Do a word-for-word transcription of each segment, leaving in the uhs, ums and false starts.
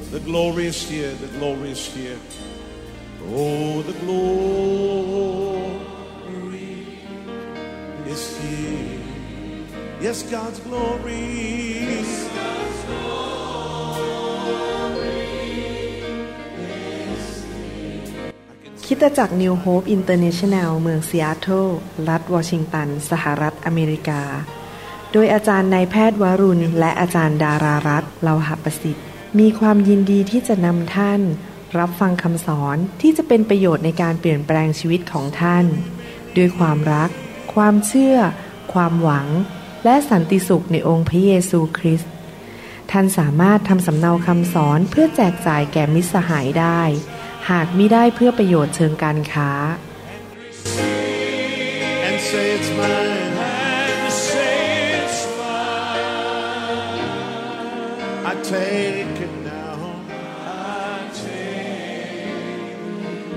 The glory is here. The glory is here. Oh, the glory is here. Yes, God's glory. Yes, God's glory is here. คริสตจักร New Hope International เมืองซีแอตเทิลรัฐวอชิงตันสหรัฐอเมริกาโดยอาจารย์นายแพทย์วรุณและอาจารย์ดารารัตน์เลาหประสิทธิ์มีความยินดีที่จะนำท่านรับฟังคำสอนที่จะเป็นประโยชน์ในการเปลี่ยนแปลงชีวิตของท่านด้วยความรักความเชื่อความหวังและสันติสุขในองค์พระเยซูคริสต์ท่านสามารถทำสำเนาคำสอนเพื่อแจกจ่ายแก่มิตรสหายได้หากมิได้เพื่อประโยชน์เชิงการค้า And say it's mine. And say it's mine. I take it now. I take it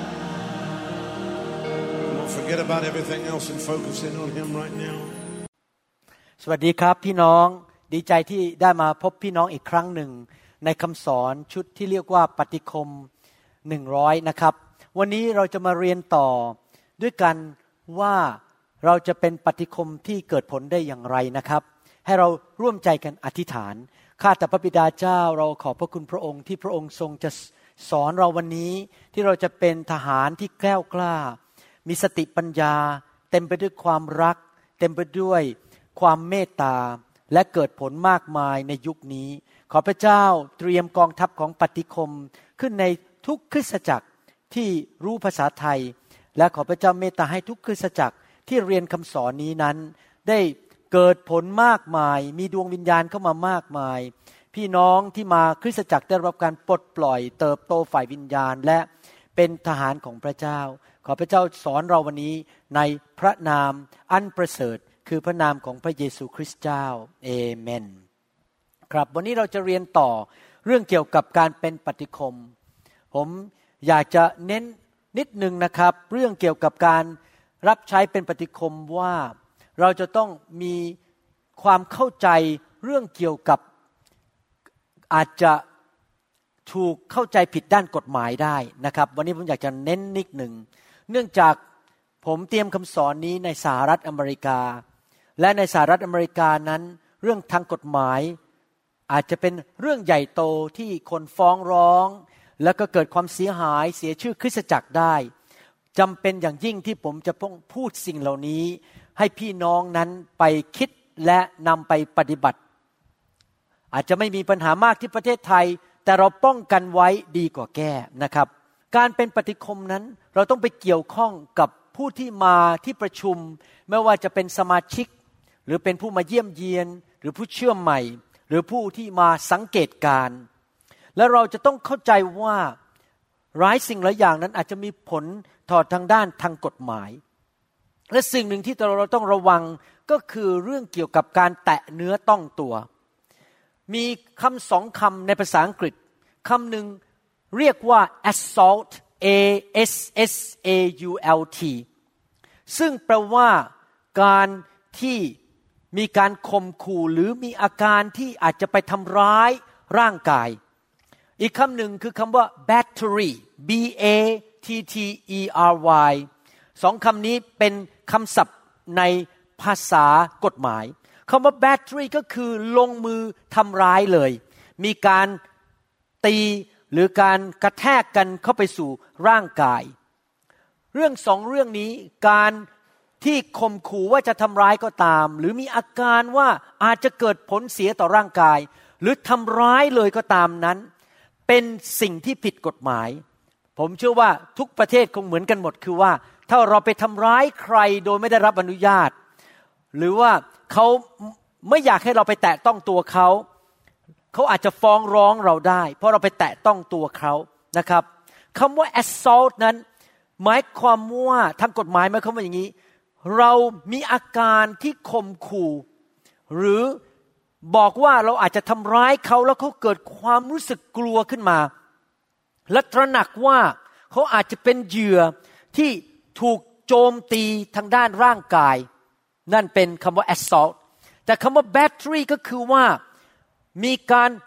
now. Don't forget about everything else and focus in on Him right now. สวัสดีครับพี่น้องดีใจที่ได้มาพบพี่น้องอีกครั้งหนึ่งในคำสอนชุดที่เรียกว่าปฏิคมหนึ่งร้อยนะครับวันนี้เราจะมาเรียนต่อด้วยกันว่าเราจะเป็นปฏิคมที่เกิดผลได้อย่างไรนะครับให้เราร่วมใจกันอธิษฐานข้าแต่พระบิดาเจ้าเราขอบพระคุณพระองค์ที่พระองค์ทรงจะสอนเราวันนี้ที่เราจะเป็นทหารที่แกล้วกล้ามีสติปัญญาเต็มไปด้วยความรักเต็มไปด้วยความเมตตาและเกิดผลมากมายในยุคนี้ขอพระเจ้าเตรียมกองทัพของปฏิคมขึ้นในทุกคริสตจักรที่รู้ภาษาไทยและขอพระเจ้าเมตตาให้ทุกคริสตจักรที่เรียนคำสอนนี้นั้นได้เกิดผลมากมายมีดวงวิญญาณเข้ามามากมายพี่น้องที่มาคริสตจักรได้รับการปลดปล่อยเติบโตฝ่ายวิญญาณและเป็นทหารของพระเจ้าขอพระเจ้าสอนเราวันนี้ในพระนามอันประเสริฐคือพระนามของพระเยซูคริสต์เจ้าเอเมนครับวันนี้เราจะเรียนต่อเรื่องเกี่ยวกับการเป็นปฏิคมผมอยากจะเน้นนิดนึงนะครับเรื่องเกี่ยวกับการรับใช้เป็นปฏิคมว่าเราจะต้องมีความเข้าใจเรื่องเกี่ยวกับอาจจะถูกเข้าใจผิดด้านกฎหมายได้นะครับวันนี้ผมอยากจะเน้นนิดนึงเนื่องจากผมเตรียมคำสอนนี้ในสหรัฐอเมริกาและในสหรัฐอเมริกานั้นเรื่องทางกฎหมายอาจจะเป็นเรื่องใหญ่โตที่คนฟ้องร้องแล้วก็เกิดความเสียหายเสียชื่อคริสตจักรได้จำเป็นอย่างยิ่งที่ผมจะต้องพูดสิ่งเหล่านี้ให้พี่น้องนั้นไปคิดและนำไปปฏิบัติอาจจะไม่มีปัญหามากที่ประเทศไทยแต่เราป้องกันไว้ดีกว่าแก้นะครับการเป็นปฏิคมนั้นเราต้องไปเกี่ยวข้องกับผู้ที่มาที่ประชุมไม่ว่าจะเป็นสมาชิกหรือเป็นผู้มาเยี่ยมเยียนหรือผู้เชื่อใหม่หรือผู้ที่มาสังเกตการและเราจะต้องเข้าใจว่าหลายสิ่งหลายอย่างนั้นอาจจะมีผลต่อทางด้านทางกฎหมายและสิ่งหนึ่งที่เราต้องระวังก็คือเรื่องเกี่ยวกับการแตะเนื้อต้องตัวมีคำสองคำในภาษาอังกฤษคำหนึ่งเรียกว่า assault a s s a u l t ซึ่งแปลว่าการที่มีการข่มขู่หรือมีอาการที่อาจจะไปทำร้ายร่างกายอีกคำหนึ่งคือคำว่า battery b a t t e r y สองคำนี้เป็นคำศัพท์ในภาษากฎหมายคำว่า battery ก็คือลงมือทำร้ายเลยมีการตีหรือการกระแทกกันเข้าไปสู่ร่างกายเรื่องสองเรื่องนี้การที่ข่มขู่ว่าจะทำร้ายก็ตามหรือมีอาการว่าอาจจะเกิดผลเสียต่อร่างกายหรือทำร้ายเลยก็ตามนั้นเป็นสิ่งที่ผิดกฎหมายผมเชื่อว่าทุกประเทศคงเหมือนกันหมดคือว่าถ้าเราไปทำร้ายใครโดยไม่ได้รับอนุญาตหรือว่าเขาไม่อยากให้เราไปแตะต้องตัวเขาเขาอาจจะฟ้องร้องเราได้เพราะเราไปแตะต้องตัวเขานะครับคำว่า assault นั้นหมายความว่าทางกฎหมายหมายความว่าอย่างนี้เรามีอาการที่ข่มขู่หรือบอกว่าเราอาจจะทำร้ายเขาแล้วเขาเกิดความรู้สึกกลัวขึ้นมาและตระหนักว่าเขาอาจจะเป็นเหยื่อที่ถูกโจมตีทางด้านร่างกายนั่นเป็นคำว่า assault แต่คำว่า battery ก็คือว่ามีการ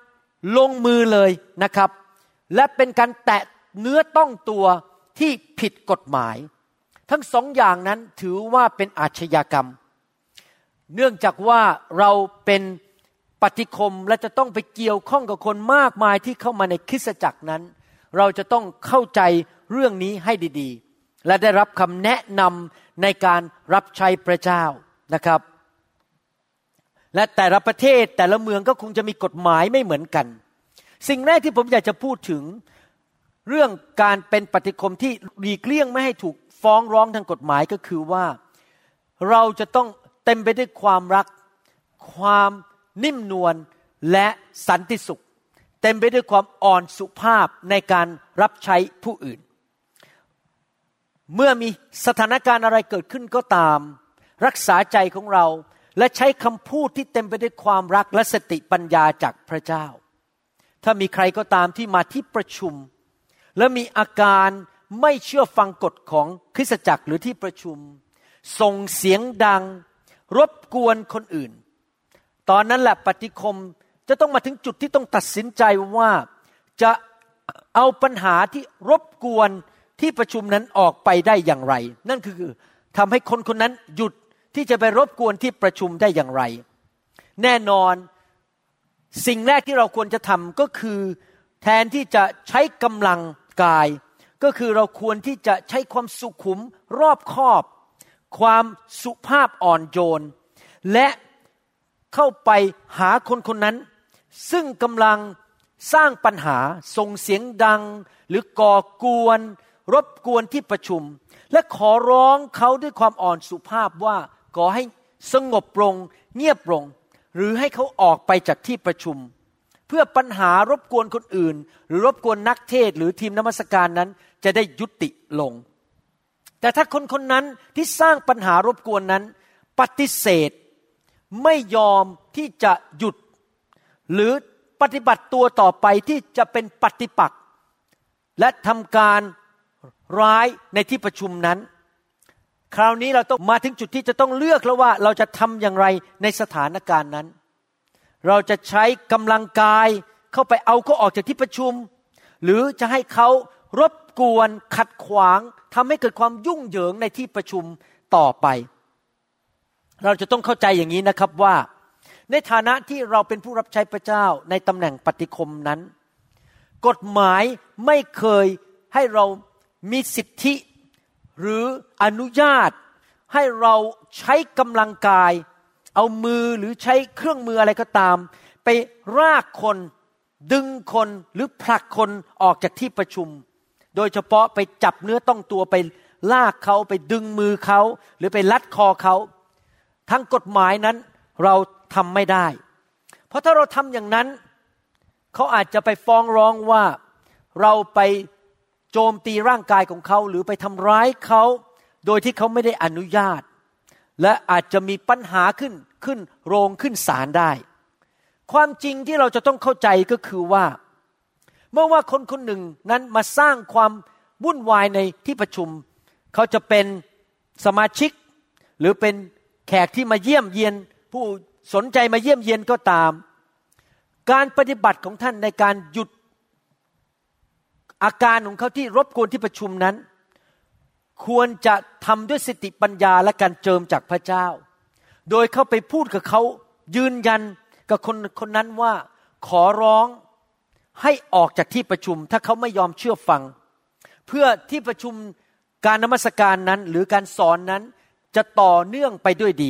ลงมือเลยนะครับและเป็นการแตะเนื้อต้องตัวที่ผิดกฎหมายทั้งสองอย่างนั้นถือว่าเป็นอาชญากรรมเนื่องจากว่าเราเป็นปฏิคมและจะต้องไปเกี่ยวข้องกับคนมากมายที่เข้ามาในคริสตจักรนั้นเราจะต้องเข้าใจเรื่องนี้ให้ดีๆและได้รับคำแนะนำในการรับใช้พระเจ้านะครับและแต่ละประเทศแต่ละเมืองก็คงจะมีกฎหมายไม่เหมือนกันสิ่งแรกที่ผมอยากจะพูดถึงเรื่องการเป็นปฏิคมที่หลีกเลี่ยงไม่ให้ถูกฟ้องร้องทางกฎหมายก็คือว่าเราจะต้องเต็มไปด้วยความรักความนิ่มนวลและสันติสุขเต็มไปด้วยความอ่อนสุภาพในการรับใช้ผู้อื่นเมื่อมีสถานการณ์อะไรเกิดขึ้นก็ตามรักษาใจของเราและใช้คำพูดที่เต็มไปด้วยความรักและสติปัญญาจากพระเจ้าถ้ามีใครก็ตามที่มาที่ประชุมและมีอาการไม่เชื่อฟังกฎของคริสตจักรหรือที่ประชุมส่งเสียงดังรบกวนคนอื่นตอนนั้นแหละปฏิคมจะต้องมาถึงจุดที่ต้องตัดสินใจว่าจะเอาปัญหาที่รบกวนที่ประชุมนั้นออกไปได้อย่างไรนั่นคือทำให้คนคนนั้นหยุดที่จะไปรบกวนที่ประชุมได้อย่างไรแน่นอนสิ่งแรกที่เราควรจะทำก็คือแทนที่จะใช้กำลังกายก็คือเราควรที่จะใช้ความสุขุมรอบคอบความสุภาพอ่อนโยนและเข้าไปหาคนคนนั้นซึ่งกำลังสร้างปัญหาส่งเสียงดังหรือก่อกวนรบกวนที่ประชุมและขอร้องเขาด้วยความอ่อนสุภาพว่าขอให้สงบลงเงียบลงหรือให้เขาออกไปจากที่ประชุมเพื่อปัญหารบกวนคนอื่นหรือรบกวนนักเทศหรือทีมนมัสการนั้นจะได้ยุติลงแต่ถ้าคนคนนั้นที่สร้างปัญหารบกวนนั้นปฏิเสธไม่ยอมที่จะหยุดหรือปฏิบัติตัวต่อไปที่จะเป็นปฏิปักษ์และทำการร้ายในที่ประชุมนั้นคราวนี้เราต้องมาถึงจุดที่จะต้องเลือกแล้วว่าเราจะทำอย่างไรในสถานการณ์นั้นเราจะใช้กำลังกายเข้าไปเอาเขาออกจากที่ประชุมหรือจะให้เขารบกวนขัดขวางทำให้เกิดความยุ่งเหยิงในที่ประชุมต่อไปเราจะต้องเข้าใจอย่างนี้นะครับว่าในฐานะที่เราเป็นผู้รับใช้พระเจ้าในตำแหน่งปฏิคมนั้นกฎหมายไม่เคยให้เรามีสิทธิหรืออนุญาตให้เราใช้กำลังกายเอามือหรือใช้เครื่องมืออะไรก็ตามไปรากคนดึงคนหรือผลักคนออกจากที่ประชุมโดยเฉพาะไปจับเนื้อต้องตัวไปลากเขาไปดึงมือเขาหรือไปลัดคอเขาทั้งกฎหมายนั้นเราทำไม่ได้เพราะถ้าเราทำอย่างนั้นเขาอาจจะไปฟ้องร้องว่าเราไปโจมตีร่างกายของเขาหรือไปทำร้ายเขาโดยที่เขาไม่ได้อนุญาตและอาจจะมีปัญหาขึ้นขึ้นโรงขึ้นศาลได้ความจริงที่เราจะต้องเข้าใจก็คือว่าเมื่อว่าคนคนหนึ่งนั้นมาสร้างความวุ่นวายในที่ประชุมเขาจะเป็นสมาชิกหรือเป็นแขกที่มาเยี่ยมเยียนผู้สนใจมาเยี่ยมเยียนก็ตามการปฏิบัติของท่านในการหยุดอาการของเขาที่รบกวนที่ประชุมนั้นควรจะทำด้วยสติปัญญาและการเจิมจากพระเจ้าโดยเข้าไปพูดกับเขายืนยันกับคนคนนั้นว่าขอร้องให้ออกจากที่ประชุมถ้าเขาไม่ยอมเชื่อฟังเพื่อที่ประชุมการนมัสการนั้นหรือการสอนนั้นจะต่อเนื่องไปด้วยดี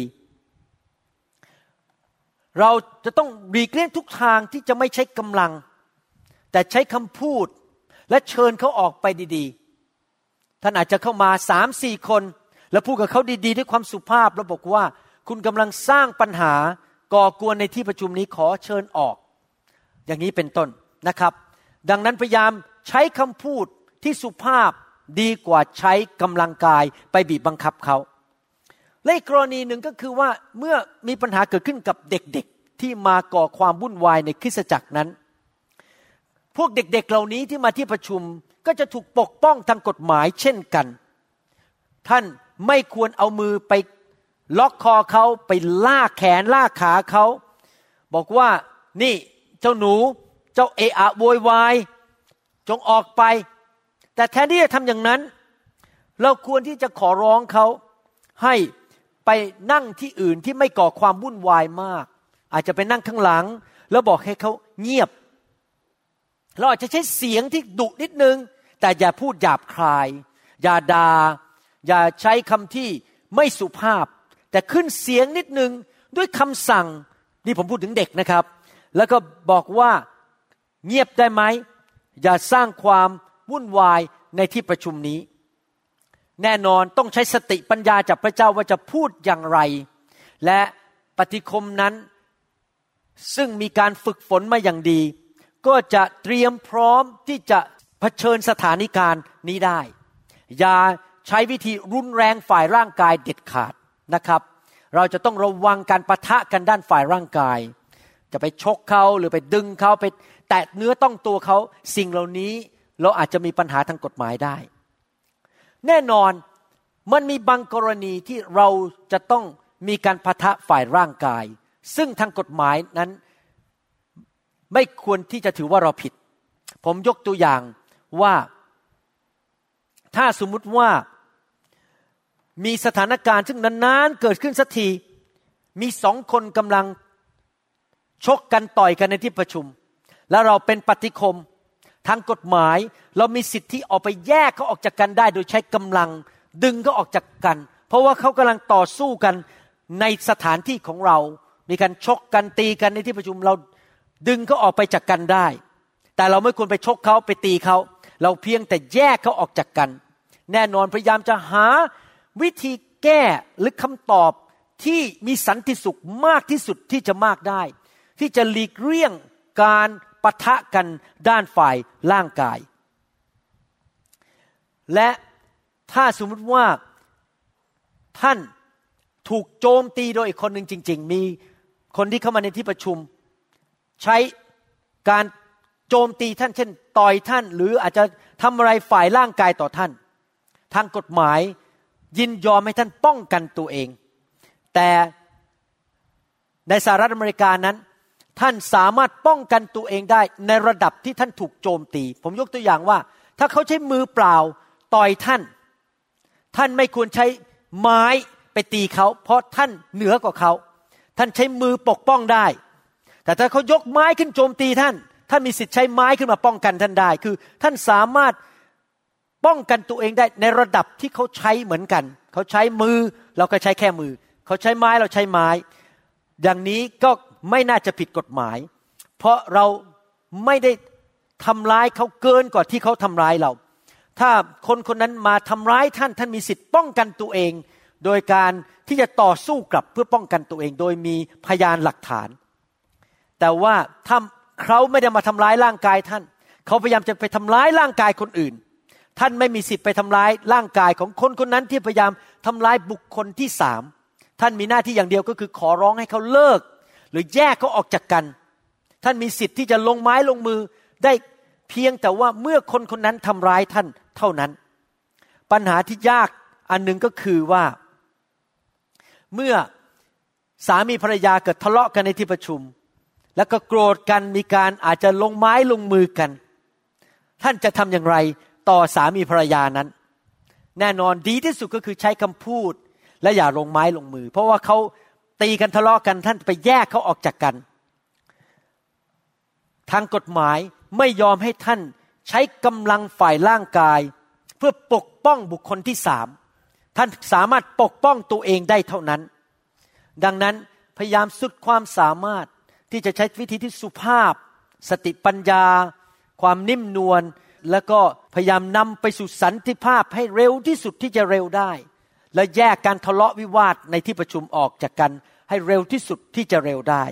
เราจะต้องหลีกเลี่ยงทุกทางที่จะไม่ใช้กำลังแต่ใช้คำพูดและเชิญเขาออกไปดีๆท่านอาจจะเข้ามา สามสี่ คนแล้วพูดกับเขาดีๆด้วยความสุภาพแล้วบอกว่าคุณกำลังสร้างปัญหาก่อกวนในที่ประชุมนี้ขอเชิญออกอย่างนี้เป็นต้นนะครับดังนั้นพยายามใช้คำพูดที่สุภาพดีกว่าใช้กำลังกายไปบีบบังคับเขาและอีกกรณีหนึ่งก็คือว่าเมื่อมีปัญหาเกิดขึ้นกับเด็กๆที่มาก่อความวุ่นวายในคริสตจักรนั้นพวกเด็กๆเหล่านี้ที่มาที่ประชุมก็จะถูกปกป้องทางกฎหมายเช่นกันท่านไม่ควรเอามือไปล็อกคอเขาไปลากแขนลากขาเขาบอกว่านี่เจ้าหนูเจ้าเอะอะโวยวายจงออกไปแต่แทนที่จะทำอย่างนั้นเราควรที่จะขอร้องเขาให้ไปนั่งที่อื่นที่ไม่ก่อความวุ่นวายมากอาจจะไปนั่งข้างหลังแล้วบอกให้เขาเงียบเราอาจจะใช้เสียงที่ดุนิดนึงแต่อย่าพูดหยาบคายอย่าด่าอย่าใช้คำที่ไม่สุภาพแต่ขึ้นเสียงนิดนึงด้วยคำสั่งนี่ผมพูดถึงเด็กนะครับแล้วก็บอกว่าเงียบได้ไหมอย่าสร้างความวุ่นวายในที่ประชุมนี้แน่นอนต้องใช้สติปัญญาจากพระเจ้าว่าจะพูดอย่างไรและปฏิคมนั้นซึ่งมีการฝึกฝนมาอย่างดีก็จะเตรียมพร้อมที่จะเผชิญสถานการณ์นี้ได้อย่าใช้วิธีรุนแรงฝ่ายร่างกายเด็ดขาดนะครับเราจะต้องระวังการปะทะกันด้านฝ่ายร่างกายจะไปชกเขาหรือไปดึงเขาไปแตะเนื้อต้องตัวเขาสิ่งเหล่านี้เราอาจจะมีปัญหาทางกฎหมายได้แน่นอนมันมีบางกรณีที่เราจะต้องมีการปะทะฝ่ายร่างกายซึ่งทางกฎหมายนั้นไม่ควรที่จะถือว่าเราผิดผมยกตัวอย่างว่าถ้าสมมุติว่ามีสถานการณ์ซึ่งนานๆเกิดขึ้นสักทีมีสองคนกำลังชกกันต่อยกันในที่ประชุมแล้วเราเป็นปฏิคมทางกฎหมายเรามีสิทธิออกไปแยกเขาออกจากกันได้โดยใช้กำลังดึงเขาออกจากกันเพราะว่าเขากำลังต่อสู้กันในสถานที่ของเรามีการชกกันตีกันในที่ประชุมเราดึงเขาออกไปจากกันได้แต่เราไม่ควรไปชกเขาไปตีเขาเราเพียงแต่แยกเขาออกจากกันแน่นอนพยายามจะหาวิธีแก้หรือคำตอบที่มีสันติสุขมากที่สุดที่จะมากได้ที่จะหลีกเลี่ยงการปะทะกันด้านฝ่ายร่างกายและถ้าสมมติว่าท่านถูกโจมตีโดยอีกคนหนึ่งจริงๆมีคนที่เข้ามาในที่ประชุมใช้การโจมตีท่านเช่นต่อยท่านหรืออาจจะทำอะไรฝ่ายร่างกายต่อท่านทางกฎหมายยินยอมให้ท่านป้องกันตัวเองแต่ในสหรัฐอเมริกานั้นท่านสามารถป้องกันตัวเองได้ในระดับที่ท่านถูกโจมตีผมยกตัวอย่างว่าถ้าเขาใช้มือเปล่าต่อยท่านท่านไม่ควรใช้ไม้ไปตีเขาเพราะท่านเหนือกว่าเขาท่านใช้มือปกป้องได้แต่ถ้าเขายกไม้ขึ้นโจมตีท่านท่านมีสิทธิ์ใช้ไม้ขึ้นมาป้องกันท่านได้คือท่านสามารถป้องกันตัวเองได้ในระดับที่เขาใช้เหมือนกันเขาใช้มือเราก็ใช้แค่มือเขาใช้ไม้เราใช้ไม้ดังนี้ก็ไม่น่าจะผิดกฎหมายเพราะเราไม่ได้ทำร้ายเขาเกินกว่าที่เขาทำร้ายเราถ้าคนคนนั้นมาทำร้ายท่านท่านมีสิทธิ์ป้องกันตัวเองโดยการที่จะต่อสู้กลับเพื่อป้องกันตัวเองโดยมีพยานหลักฐานแต่ว่าถ้าเขาไม่ได้มาทำร้ายร่างกายท่านเขาพยายามจะไปทำร้ายร่างกายคนอื่นท่านไม่มีสิทธิ์ไปทำร้ายร่างกายของคนคนนั้นที่พยายามทำร้ายบุคคลที่สามท่านมีหน้าที่อย่างเดียวก็คือขอร้องให้เขาเลิกหรือแยกเขาออกจากกันท่านมีสิทธิ์ที่จะลงไม้ลงมือได้เพียงแต่ว่าเมื่อคนคนนั้นทำร้ายท่านเท่านั้นปัญหาที่ยากอันหนึ่งก็คือว่าเมื่อสามีภรรยาเกิดทะเลาะกันในที่ประชุมแล้วก็โกรธกันมีการอาจจะลงไม้ลงมือกันท่านจะทำอย่างไรต่อสามีภรรยานั้นแน่นอนดีที่สุดก็คือใช้คำพูดและอย่าลงไม้ลงมือเพราะว่าเขาตีกันทะเลาะกันท่านไปแยกเขาออกจากกันทางกฎหมายไม่ยอมให้ท่านใช้กำลังฝ่ายร่างกายเพื่อปกป้องบุคคลที่สามท่านสามารถปกป้องตัวเองได้เท่านั้นดังนั้นพยายามสุดความสามารถที่จะใช้วิธีที่สุภาพสติปัญญาความนิ่มนวลแล้วก็พยายามนำไปสู่สันติภาพให้เร็วที่สุดที่จะเร็วได้และแยกการทะเลาะวิวาทในที่ประชุมออกจากกันให้เร็วที่สุดที่จะเร็วได้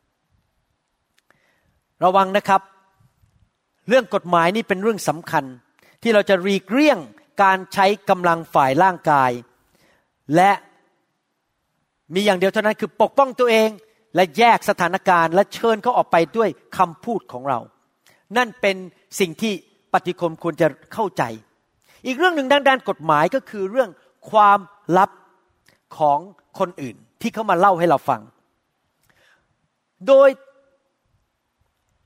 ระวังนะครับเรื่องกฎหมายนี่เป็นเรื่องสำคัญที่เราจะหลีกเลี่ยงการใช้กำลังฝ่ายร่างกายและมีอย่างเดียวเท่านั้นคือปกป้องตัวเองและแยกสถานการณ์และเชิญเขาออกไปด้วยคำพูดของเรานั่นเป็นสิ่งที่ปฏิคมควรจะเข้าใจอีกเรื่องหนึ่งด้านด้านกฎหมายก็คือเรื่องความลับของคนอื่นที่เขามาเล่าให้เราฟังโดย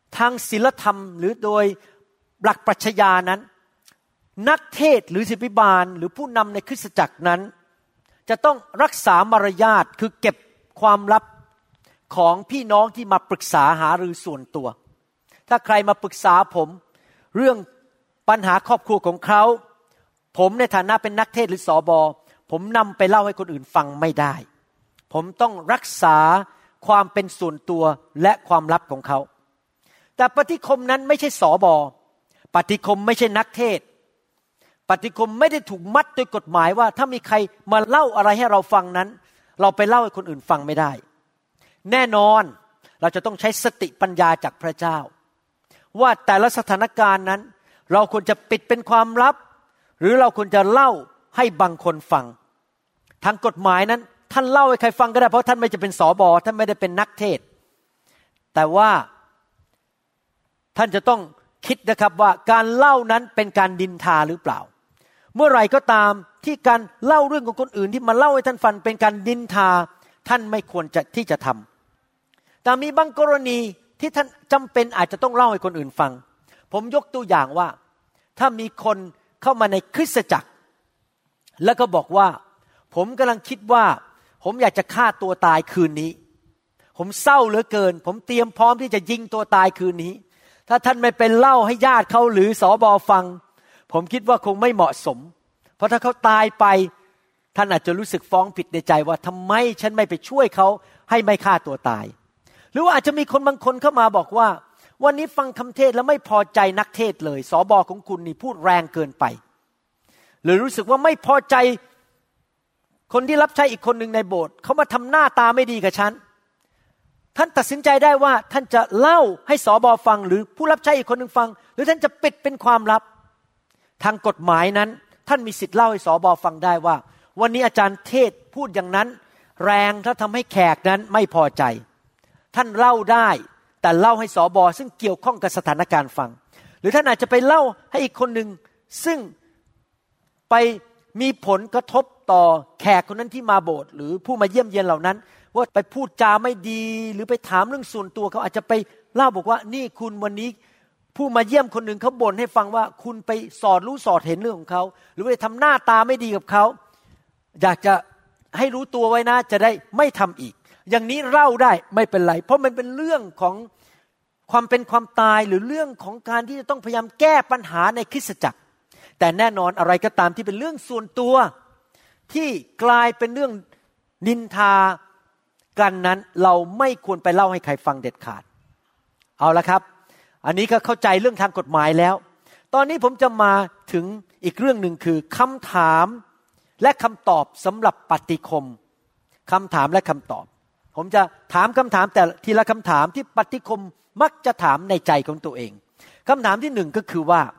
ทางศีลธรรมหรือโดยหลักปรัชญานั้นนักเทศน์หรือศิษยาภิบาลหรือผู้นำในคริสตจักรนั้นจะต้องรักษามารยาทคือเก็บความลับของพี่น้องที่มาปรึกษาหารือส่วนตัวถ้าใครมาปรึกษาผมเรื่องปัญหาครอบครัวของเขาผมในฐานะเป็นนักเทศน์หรือสบผมนำไปเล่าให้คนอื่นฟังไม่ได้ผมต้องรักษาความเป็นส่วนตัวและความลับของเขาแต่ปฏิคมนั้นไม่ใช่สบปฏิคมไม่ใช่นักเทศน์ปฏิคมไม่ได้ถูกมัดโดยกฎหมายว่าถ้ามีใครมาเล่าอะไรให้เราฟังนั้นเราไปเล่าให้คนอื่นฟังไม่ได้แน่นอนเราจะต้องใช้สติปัญญาจากพระเจ้าว่าแต่ละสถานการณ์นั้นเราควรจะปิดเป็นความลับหรือเราควรจะเล่าให้บางคนฟังทางกฎหมายนั้นท่านเล่าให้ใครฟังก็ได้เพราะท่านไม่จะเป็นสบท่านไม่ได้เป็นนักเทศน์แต่ว่าท่านจะต้องคิดนะครับว่าการเล่านั้นเป็นการดินทาหรือเปล่าเมื่อไหร่ก็ตามที่การเล่าเรื่องของคนอื่นที่มาเล่าให้ท่านฟังเป็นการดินทาท่านไม่ควรจะที่จะทำแต่มีบางกรณีที่ท่านจำเป็นอาจจะต้องเล่าให้คนอื่นฟังผมยกตัวอย่างว่าถ้ามีคนเข้ามาในคริสตจักรแล้วก็บอกว่าผมกำลังคิดว่าผมอยากจะฆ่าตัวตายคืนนี้ผมเศร้าเหลือเกินผมเตรียมพร้อมที่จะยิงตัวตายคืนนี้ถ้าท่านไม่เป็นเล่าให้ญาติเขาหรือสบฟังผมคิดว่าคงไม่เหมาะสมเพราะถ้าเขาตายไปท่านอาจจะรู้สึกฟ้องผิดในใจว่าทำไมฉันไม่ไปช่วยเขาให้ไม่ฆ่าตัวตายหรือว่าอาจจะมีคนบางคนเข้ามาบอกว่าวันนี้ฟังคำเทศแล้วไม่พอใจนักเทศเลยสบของคุณนี่พูดแรงเกินไปหรือรู้สึกว่าไม่พอใจคนที่รับใช้อีกคนหนึ่งในโบสถ์เขามาทำหน้าตาไม่ดีกับฉันท่านตัดสินใจได้ว่าท่านจะเล่าให้สบฟังหรือผู้รับใช้อีกคนหนึ่งฟังหรือท่านจะปิดเป็นความลับทางกฎหมายนั้นท่านมีสิทธิ์เล่าให้สบฟังได้ว่าวันนี้อาจารย์เทศพูดอย่างนั้นแรงถ้าทำให้แขกนั้นไม่พอใจท่านเล่าได้แต่เล่าให้สบซึ่งเกี่ยวข้องกับสถานการณ์ฟังหรือท่านอาจจะไปเล่าให้อีกคนหนึ่งซึ่งไปมีผลกระทบต่อแขกคนนั้นที่มาโบสถ์หรือผู้มาเยี่ยมเยียนเหล่านั้นว่าไปพูดจาไม่ดีหรือไปถามเรื่องส่วนตัวเขาอาจจะไปเล่าบอกว่านี่คุณวันนี้ผู้มาเยี่ยมคนหนึ่งเขาบ่นให้ฟังว่าคุณไปสอดรู้สอดเห็นเรื่องของเขาหรือไปทำหน้าตาไม่ดีกับเขาอยากจะให้รู้ตัวไว้นะจะได้ไม่ทำอีกอย่างนี้เล่าได้ไม่เป็นไรเพราะมันเป็นเรื่องของความเป็นความตายหรือเรื่องของการที่จะต้องพยายามแก้ปัญหาในคริสตจักรแต่แน่นอนอะไรก็ตามที่เป็นเรื่องส่วนตัวที่กลายเป็นเรื่องนินทากันนั้นเราไม่ควรไปเล่าให้ใครฟังเด็ดขาดเอาละครับอันนี้ก็เข้าใจเรื่องทางกฎหมายแล้วตอนนี้ผมจะมาถึงอีกเรื่องหนึ่งคือคำถามและคำตอบสำหรับปฏิคมคำถามและคำตอบผมจะถามคำถามแต่ทีละคำถามที่ปฏิคมมักจะถามในใจของตัวเองคำถามที่หนึ่งก็คือว่า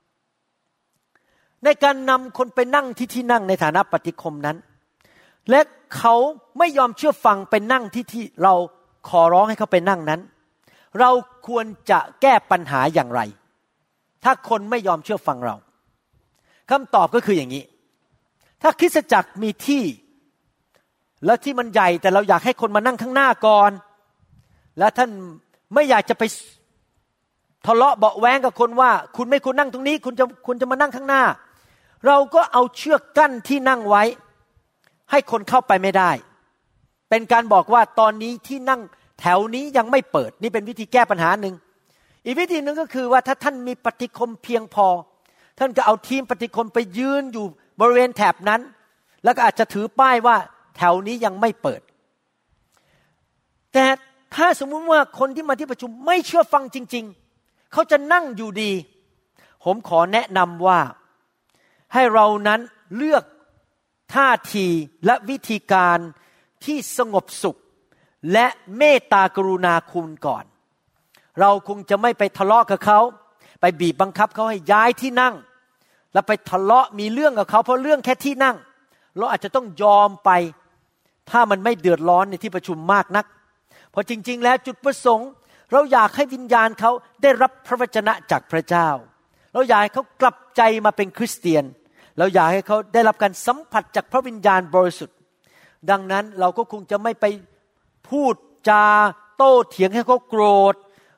ในการนำคนไปนั่งที่ที่นั่งในฐานะปฏิคมนั้นและเขาไม่ยอมเชื่อฟังไปนั่งที่ที่เราขอร้องให้เขาไปนั่งนั้นเราควรจะแก้ปัญหาอย่างไรถ้าคนไม่ยอมเชื่อฟังเราคำตอบก็คืออย่างนี้ถ้าคริสตจักรมีที่แล้วที่มันใหญ่แต่เราอยากให้คนมานั่งข้างหน้าก่อนและท่านไม่อยากจะไปทะเลาะเบาะแว้งกับคนว่าคุณไม่ควรนั่งตรงนี้คุณจะคุณจะมานั่งข้างหน้าเราก็เอาเชือกกั้นที่นั่งไว้ให้คนเข้าไปไม่ได้เป็นการบอกว่าตอนนี้ที่นั่งแถวนี้ยังไม่เปิดนี่เป็นวิธีแก้ปัญหาหนึ่งอีกวิธีหนึ่งก็คือว่าถ้าท่านมีปฏิคมเพียงพอท่านก็เอาทีมปฏิคมไปยืนอยู่บริเวณแถบนั้นแล้วก็อาจจะถือป้ายว่าแถวนี้ยังไม่เปิดแต่ถ้าสมมุติว่าคนที่มาที่ประชุมไม่เชื่อฟังจริงๆเขาจะนั่งอยู่ดีผมขอแนะนำว่าให้เรานั้นเลือกท่าทีและวิธีการที่สงบสุขและเมตตากรุณาคุณก่อนเราคงจะไม่ไปทะเลาะกับเขาไปบีบบังคับเขาให้ย้ายที่นั่งแล้วไปทะเลาะมีเรื่องกับเขาเพราะเรื่องแค่ที่นั่งเราอาจจะต้องยอมไปถ้ามันไม่เดือดร้อนในที่ประชุมมากนักเพราะจริงๆแล้วจุดประสงค์เราอยากให้วิญญาณเขาได้รับพระวจนะจากพระเจ้าเราอยากให้เขากลับใจมาเป็นคริสเตียนเราอยากให้เขาได้รับการสัมผัสจากพระวิญญาณบริสุทธิ์ดังนั้นเราก็คงจะไม่ไปพูดจาโต้เถียงให้เขาโกรธ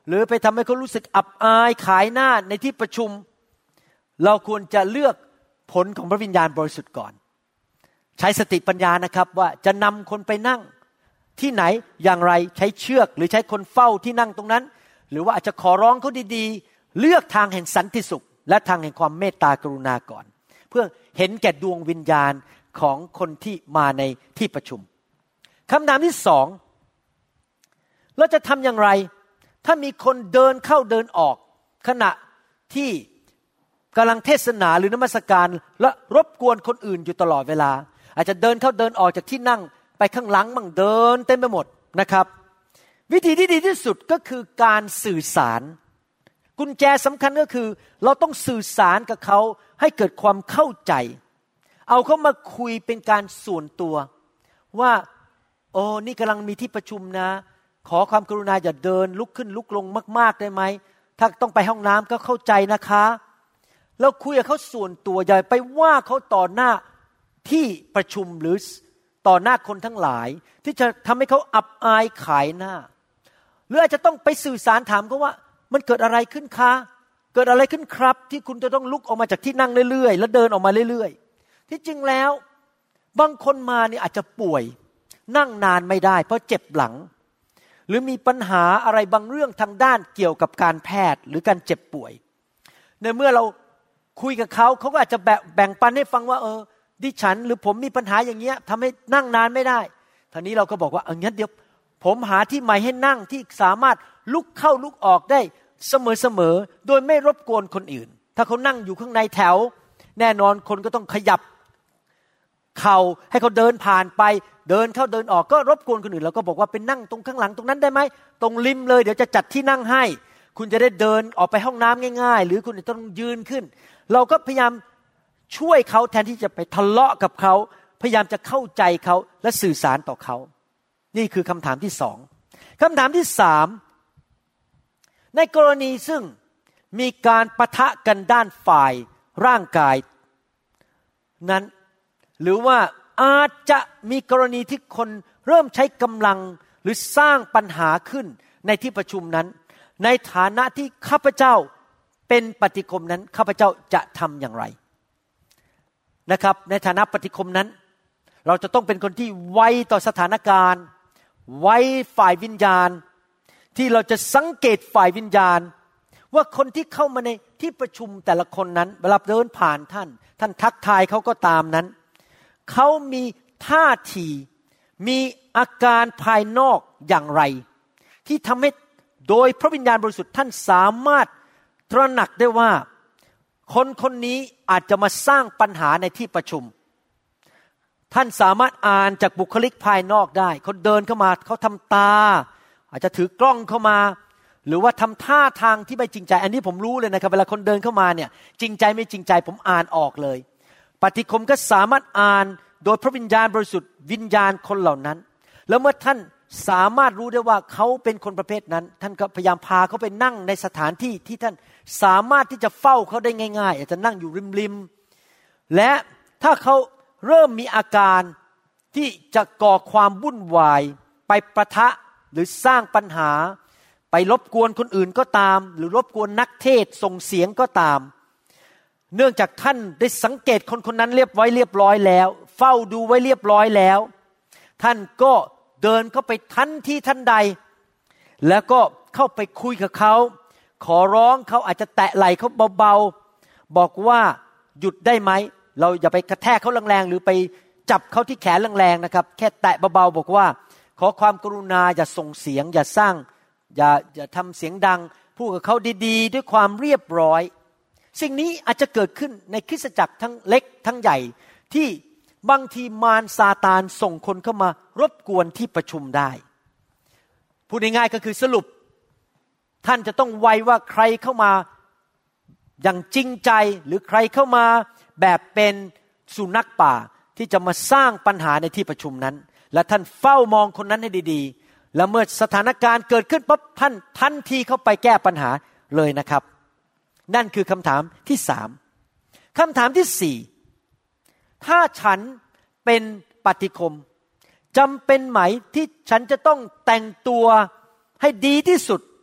หรือไปทำให้เขารู้สึกอับอายขายหน้าในที่ประชุมเราควรจะเลือกผลของพระวิญญาณบริสุทธิ์ก่อนใช้สติปัญญานะครับว่าจะนำคนไปนั่งที่ไหนอย่างไรใช้เชือกหรือใช้คนเฝ้าที่นั่งตรงนั้นหรือว่าอาจจะขอร้องเขาดีๆเลือกทางแห่งสันติสุขและทางแห่งความเมตตากรุณาก่อนเพื่อเห็นแก่ดวงวิญญาณของคนที่มาในที่ประชุมคำถามที่สองเราจะทำอย่างไรถ้ามีคนเดินเข้าเดินออกขณะที่กำลังเทศนาหรือนมัสการและรบกวนคนอื่นอยู่ตลอดเวลาอาจจะเดินเข้าเดินออกจากที่นั่งไปข้างหลังมั่งเดินเต็มไปหมดนะครับวิธีที่ดีที่สุดก็คือการสื่อสารกุญแจสำคัญก็คือเราต้องสื่อสารกับเขาให้เกิดความเข้าใจเอาเขามาคุยเป็นการส่วนตัวว่าโอ้นี่กำลังมีที่ประชุมนะขอความกรุณาอย่าเดินลุกขึ้นลุกลงมากๆได้ไหมถ้าต้องไปห้องน้ำก็เข้าใจนะคะเราคุยกับเขาส่วนตัวอย่าไปว่าเขาต่อหน้าที่ประชุมหรือต่อหน้าคนทั้งหลายที่จะทำให้เขาอับอายขายหน้าหรืออาจจะต้องไปสื่อสารถามเขาว่ามันเกิดอะไรขึ้นคะเกิดอะไรขึ้นครับที่คุณจะต้องลุกออกมาจากที่นั่งเรื่อยๆแล้วเดินออกมาเรื่อยๆที่จริงแล้วบางคนมาเนี่ยอาจจะป่วยนั่งนานไม่ได้เพราะเจ็บหลังหรือมีปัญหาอะไรบางเรื่องทางด้านเกี่ยวกับการแพทย์หรือการเจ็บป่วยในเมื่อเราคุยกับเขาเขาก็อาจจะแบ่งปันให้ฟังว่าเออดิฉันหรือผมมีปัญหาอย่างเงี้ยทำให้นั่งนานไม่ได้ทีนี้เราก็บอกว่าเอางั้นเดี๋ยวผมหาที่ใหม่ให้นั่งที่สามารถลุกเข้าลุกออกได้เสมอๆโดยไม่รบกวนคนอื่นถ้าเขานั่งอยู่ข้างในแถวแน่นอนคนก็ต้องขยับเข่าให้เขาเดินผ่านไปเดินเข้าเดินออกก็รบกวนคนอื่นเราก็บอกว่าเป็นนั่งตรงข้างหลังตรงนั้นได้ไหมตรงริมเลยเดี๋ยวจะจัดที่นั่งให้คุณจะได้เดินออกไปห้องน้ำง่ายๆหรือคุณจะต้องยืนขึ้นเราก็พยายามช่วยเขาแทนที่จะไปทะเลาะกับเขาพยายามจะเข้าใจเขาและสื่อสารต่อเขานี่คือคำถามที่สองคำถามที่สามในกรณีซึ่งมีการปะทะกันด้านฝ่ายร่างกายนั้นหรือว่าอาจจะมีกรณีที่คนเริ่มใช้กำลังหรือสร้างปัญหาขึ้นในที่ประชุมนั้นในฐานะที่ข้าพเจ้าเป็นปฏิคมนั้นข้าพเจ้าจะทำอย่างไรนะครับในฐานะปฏิคมนั้นเราจะต้องเป็นคนที่ไวต่อสถานการณ์ไวฝ่ายวิญญาณที่เราจะสังเกตฝ่ายวิญญาณว่าคนที่เข้ามาในที่ประชุมแต่ละคนนั้นเวลาเดินผ่านท่านท่านทักทายเขาก็ตามนั้นเขามีท่าทีมีอาการภายนอกอย่างไรที่ทำให้โดยพระวิญญาณบริสุทธิ์ท่านสามารถตระหนักได้ว่าคนคนนี้อาจจะมาสร้างปัญหาในที่ประชุมท่านสามารถอ่านจากบุคลิกภายนอกได้เขาเดินเข้ามาเขาทำตาอาจจะถือกล้องเข้ามาหรือว่าทำท่าทางที่ไม่จริงใจอันนี้ผมรู้เลยนะครับเวลาคนเดินเข้ามาเนี่ยจริงใจไม่จริงใจผมอ่านออกเลยปฏิคมก็สามารถอ่านโดยพระวิญญาณบริสุทธิ์วิญญาณคนเหล่านั้นแล้วเมื่อท่านสามารถรู้ได้ว่าเขาเป็นคนประเภทนั้นท่านก็พยายามพาเขาไปนั่งในสถานที่ที่ท่านสามารถที่จะเฝ้าเขาได้ง่ายๆอาจจะนั่งอยู่ริมๆและถ้าเขาเริ่มมีอาการที่จะก่อความวุ่นวายไปปะทะหรือสร้างปัญหาไปรบกวนคนอื่นก็ตามหรือรบกวนนักเทศส่งเสียงก็ตามเนื่องจากท่านได้สังเกตคนคนนั้นเรียบไว้เรียบร้อยแล้วเฝ้าดูไว้เรียบร้อยแล้วท่านก็เดินเข้าไปทันทีทันใดแล้วก็เข้าไปคุยกับเขาขอร้องเขาอาจจะแตะไหล่เขาเบาๆบอกว่าหยุดได้ไหมเราอย่าไปกระแทกเขาแรงๆหรือไปจับเขาที่แขนแรงๆนะครับแค่แตะเบาๆบอกว่าขอความกรุณาอย่าส่งเสียงอย่าสร้างอย่าอย่าทำเสียงดังพูดกับเขาดีๆด้วยความเรียบร้อยสิ่งนี้อาจจะเกิดขึ้นในคริสตจักรทั้งเล็กทั้งใหญ่ที่บางทีมารซาตานส่งคนเข้ามารบกวนที่ประชุมได้พูดง่ายๆก็คือสรุปท่านจะต้องไวว่าใครเข้ามาอย่างจริงใจหรือใครเข้ามาแบบเป็นสุนัขป่าที่จะมาสร้างปัญหาในที่ประชุมนั้นและท่านเฝ้ามองคนนั้นให้ดีๆแล้วเมื่อสถานการณ์เกิดขึ้นปั๊บท่านทันทีเข้าไปแก้ปัญหาเลยนะครับนั่นคือคำถามที่สามคำถามที่สี่ถ้าฉันเป็นปฏิคมจำเป็นไหมที่ฉันจะต้องแต่งตัวให้ดีที่สุด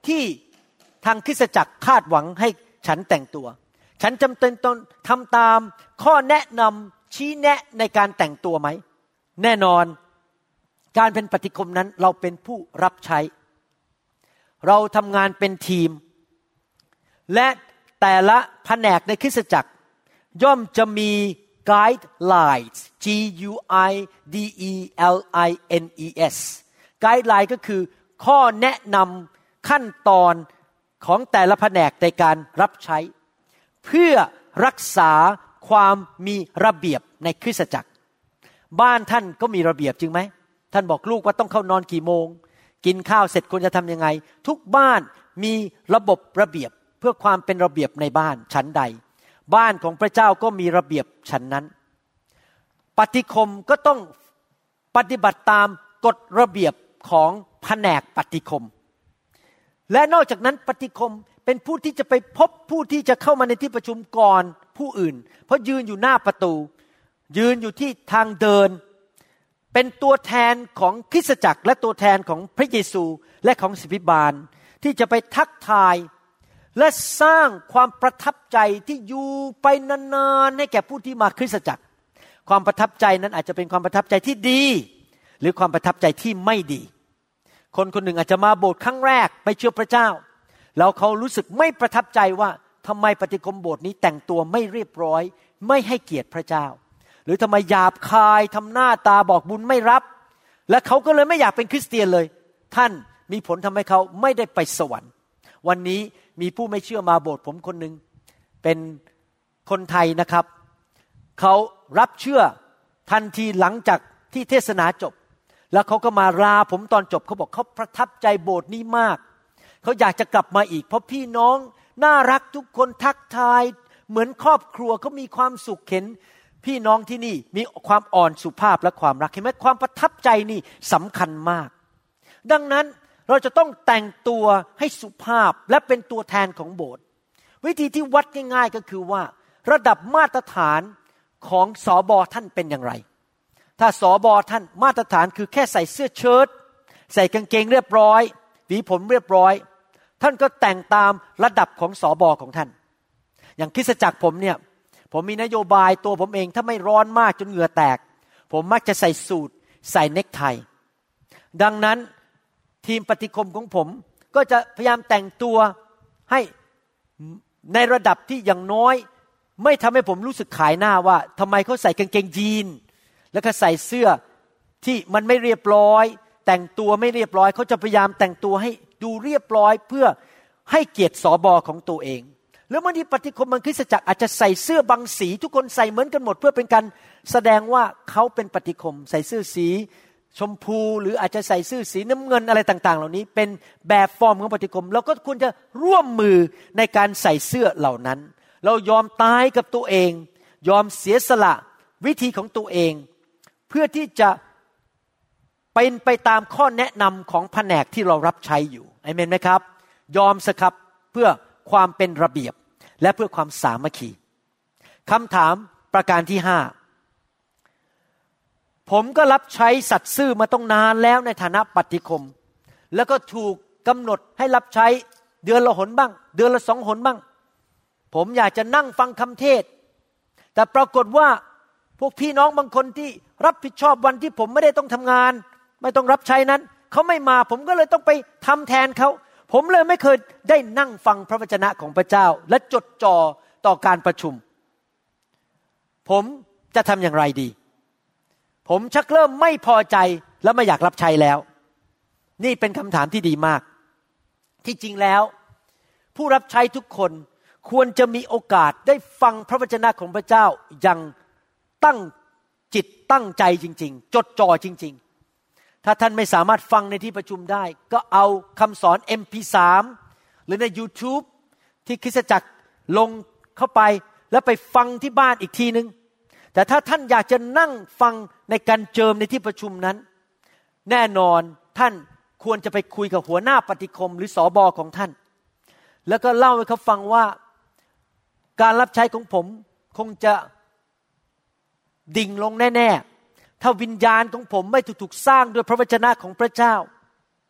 ที่ทางคริสตจักรคาดหวังให้ฉันแต่งตัวฉันจำเป็นต้องทำตามข้อแนะนำชี้แนะในการแต่งตัวไหมแน่นอนการเป็นปฏิคมนั้นเราเป็นผู้รับใช้เราทำงานเป็นทีมและแต่ละแผนกในคริสตจักรย่อมจะมี guidelines G U I D E L I N E S guideline ก็คือข้อแนะนำขั้นตอนของแต่ละแผนกในการรับใช้เพื่อรักษาความมีระเบียบในคริสตจักรบ้านท่านก็มีระเบียบจริงไหมท่านบอกลูกว่าต้องเข้านอนกี่โมงกินข้าวเสร็จควรจะทำยังไงทุกบ้านมีระบบระเบียบเพื่อความเป็นระเบียบในบ้านฉันใดบ้านของพระเจ้าก็มีระเบียบฉันนั้นปฏิคมก็ต้องปฏิบัติตามกฎระเบียบของแผนกปฏิคมและนอกจากนั้นปฏิคมเป็นผู้ที่จะไปพบผู้ที่จะเข้ามาในที่ประชุมก่อนผู้อื่นเพราะยืนอยู่หน้าประตูยืนอยู่ที่ทางเดินเป็นตัวแทนของคริสตจักรและตัวแทนของพระเยซูและของศิบิบาลที่จะไปทักทายและสร้างความประทับใจที่อยู่ไปนานๆให้แก่ผู้ที่มาคริสตจักรความประทับใจนั้นอาจจะเป็นความประทับใจที่ดีหรือความประทับใจที่ไม่ดีคนคนหนึ่งอาจจะมาโบสถ์ครั้งแรกไปเชื่อพระเจ้าแล้วเขารู้สึกไม่ประทับใจว่าทำไมปฏิคมโบสถ์นี้แต่งตัวไม่เรียบร้อยไม่ให้เกียรติพระเจ้าหรือทำไมหยาบคายทำหน้าตาบอกบุญไม่รับและเขาก็เลยไม่อยากเป็นคริสเตียนเลยท่านมีผลทำให้เขาไม่ได้ไปสวรรค์วันนี้มีผู้ไม่เชื่อมาโบสถ์ผมคนหนึ่งเป็นคนไทยนะครับเขารับเชื่อทันทีหลังจากที่เทศนาจบแล้วเขาก็มาลาผมตอนจบเขาบอกเขาประทับใจโบสถ์นี้มากเขาอยากจะกลับมาอีกเพราะพี่น้องน่ารักทุกคนทักทายเหมือนครอบครัวเขามีความสุขเห็นพี่น้องที่นี่มีความอ่อนสุภาพและความรักเห็นไหมความประทับใจนี่สำคัญมากดังนั้นเราจะต้องแต่งตัวให้สุภาพและเป็นตัวแทนของโบสถ์วิธีที่วัดง่ายๆก็คือว่าระดับมาตรฐานของสบท่านเป็นอย่างไรถ้าสบท่านมาตรฐานคือแค่ใส่เสื้อเชิ้ตใส่กางเกงเรียบร้อยหวีผมเรียบร้อยท่านก็แต่งตามระดับของสบของท่านอย่างคริสตจักรผมเนี่ยผมมีนโยบายตัวผมเองถ้าไม่ร้อนมากจนเหงื่อแตกผมมักจะใส่สูทใส่เนคไทดังนั้นทีมปฏิคมของผมก็จะพยายามแต่งตัวให้ในระดับที่อย่างน้อยไม่ทำให้ผมรู้สึกขายหน้าว่าทำไมเขาใส่กางเกงยีนแล้วก็ใส่เสื้อที่มันไม่เรียบร้อยแต่งตัวไม่เรียบร้อยเขาจะพยายามแต่งตัวให้ดูเรียบร้อยเพื่อให้เกียรติสบของตัวเองหรือบางทีปฏิคมบางคริสตจักรอาจจะใส่เสื้อบางสีทุกคนใส่เหมือนกันหมดเพื่อเป็นการแสดงว่าเขาเป็นปฏิคมใส่เสื้อสีชมพูหรืออาจจะใส่เสื้อสีน้ำเงินอะไรต่างๆเหล่านี้เป็นแบบฟอร์มของปฏิคมเราก็ควรจะร่วมมือในการใส่เสื้อเหล่านั้นเรายอมตายกับตัวเองยอมเสียสละวิธีของตัวเองเพื่อที่จะเป็นไปตามข้อแนะนำของแผนกที่เรารับใช้อยู่อาเมนไหมครับยอมสครับเพื่อความเป็นระเบียบและเพื่อความสามัคคีคำถามประการที่ห้าผมก็รับใช้สัตย์ซื่อมาต้องนานแล้วในฐานะปฏิคมแล้วก็ถูกกำหนดให้รับใช้เดือนละหนบ้างเดือนละสองหนบ้างผมอยากจะนั่งฟังคำเทศแต่ปรากฏว่าพวกพี่น้องบางคนที่รับผิดชอบวันที่ผมไม่ได้ต้องทำงานไม่ต้องรับใช้นั้นเขาไม่มาผมก็เลยต้องไปทำแทนเขาผมเลยไม่เคยได้นั่งฟังพระวจนะของพระเจ้าและจดจ่อต่อการประชุมผมจะทำอย่างไรดีผมชักเริ่มไม่พอใจและไม่อยากรับใช้แล้วนี่เป็นคำถามที่ดีมากที่จริงแล้วผู้รับใช้ทุกคนควรจะมีโอกาสได้ฟังพระวจนะของพระเจ้าอย่างตั้งจิตตั้งใจจริงๆจดจ่อจริงๆถ้าท่านไม่สามารถฟังในที่ประชุมได้ก็เอาคำสอน เอ็ม พี สาม หรือใน YouTube ที่คริสตจักรลงเข้าไปแล้วไปฟังที่บ้านอีกทีนึงแต่ถ้าท่านอยากจะนั่งฟังในการเจิมในที่ประชุมนั้นแน่นอนท่านควรจะไปคุยกับหัวหน้าปฏิคมหรือสบของท่านแล้วก็เล่าให้เขาฟังว่าการรับใช้ของผมคงจะดิ่งลงแน่ๆถ้าวิญญาณของผมไม่ถูกสร้างด้วยพระวจนะของพระเจ้า